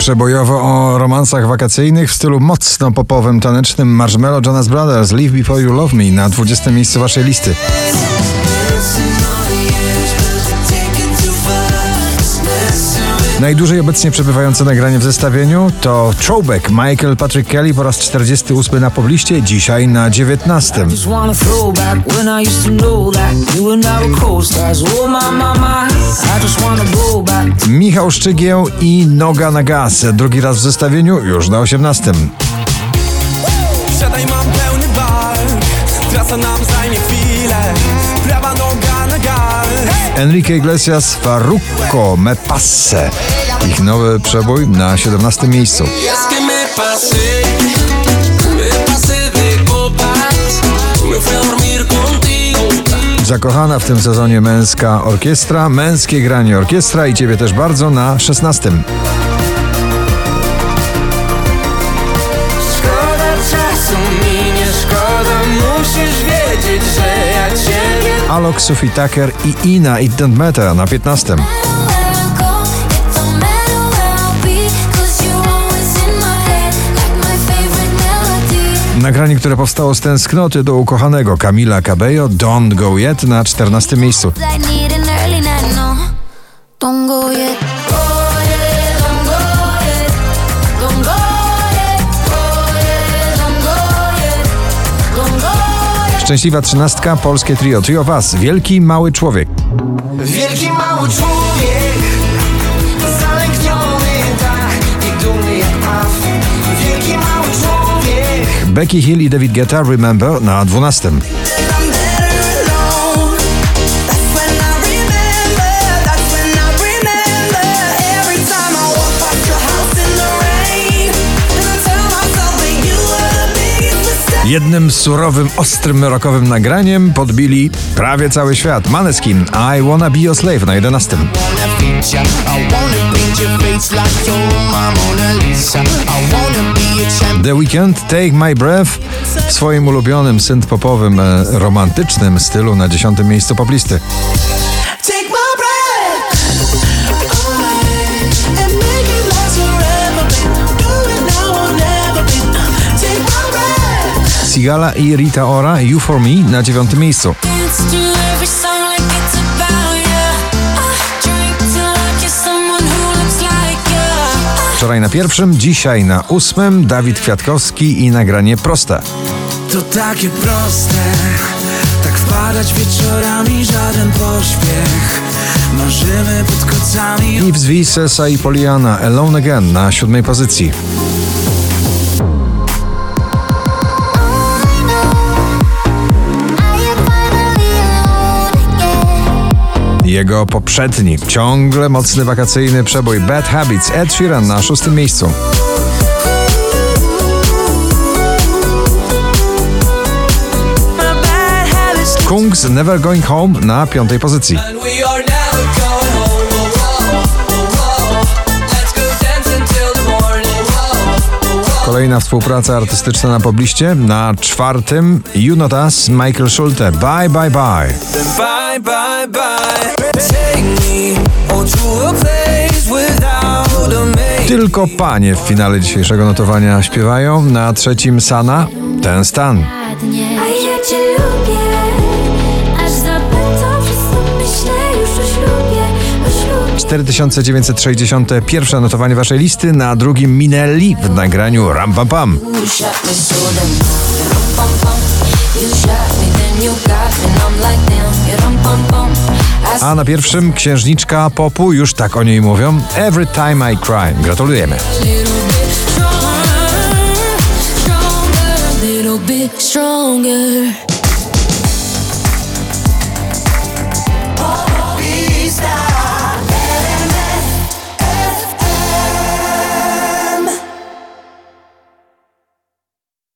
Przebojowo o romansach wakacyjnych w stylu mocno popowym, tanecznym Marshmello Jonas Brothers Live Before You Love Me na 20. miejscu waszej listy. Najdłużej obecnie przebywające nagranie w zestawieniu to Throwback Michael Patrick Kelly po raz 48 na pobliście, dzisiaj na 19. Michał Szczygieł i Noga na gaz, drugi raz w zestawieniu, już na 18. Siadaj, mam pełny bark, trasa nam zajmie chwilę, prawa noga na gaz. Enrique Iglesias, Farruko, Me Passe. Ich nowy przebój na 17. miejscu. Zakochana w tym sezonie męska orkiestra, męskie granie orkiestra i ciebie też bardzo na 16. Szkoda czasu mi nie szkoda, musisz wiedzieć, że ja ciebie... Alok, Sophie Tucker i Ina It Don't Matter na 15. Nagranie, które powstało z tęsknoty do ukochanego Camila Cabello, Don't Go Yet na 14. miejscu. Szczęśliwa 13. Polskie trio Was, Wielki Mały Człowiek. Wielki mały człowiek, zalękniony tak i dumny jak paw. Wielki mały człowiek. Becky Hill i David Guetta, Remember na 12. Jednym surowym, ostrym, rockowym nagraniem podbili prawie cały świat. Måneskin, I Wanna Be Your Slave na 11. The Weeknd, Take My Breath w swoim ulubionym synth-popowym, romantycznym stylu na 10. miejscu poplisty. Sigala i Rita Ora, You For Me na 9. miejscu. Wczoraj na 1., dzisiaj na 8. Dawid Kwiatkowski i nagranie Proste. To takie proste, tak wpadać wieczorami, żaden pośpiech. Marzymy pod kocami. Yves V, Sessa i Poliana, Alone Again na 7. pozycji. Jego poprzedni, ciągle mocny wakacyjny przebój Bad Habits, Ed Sheeran na 6. miejscu. Kungs Never Going Home na 5. pozycji. Kolejna współpraca artystyczna na pobliście. Na 4. You Not Us, Michael Schulte, Bye Bye Bye. Bye, bye, bye. Take me to a place without a maze. Tylko panie w finale dzisiejszego notowania śpiewają. Na 3. Sana, Ten stan. A ja cię lubię, aż zapytam, że sam myślę już o ślubie, 4961 notowanie waszej listy. Na 2. Minelli w nagraniu Ram Pam Pam. A na 1. księżniczka popu, już tak o niej mówią, Every Time I Cry. Gratulujemy. stronger.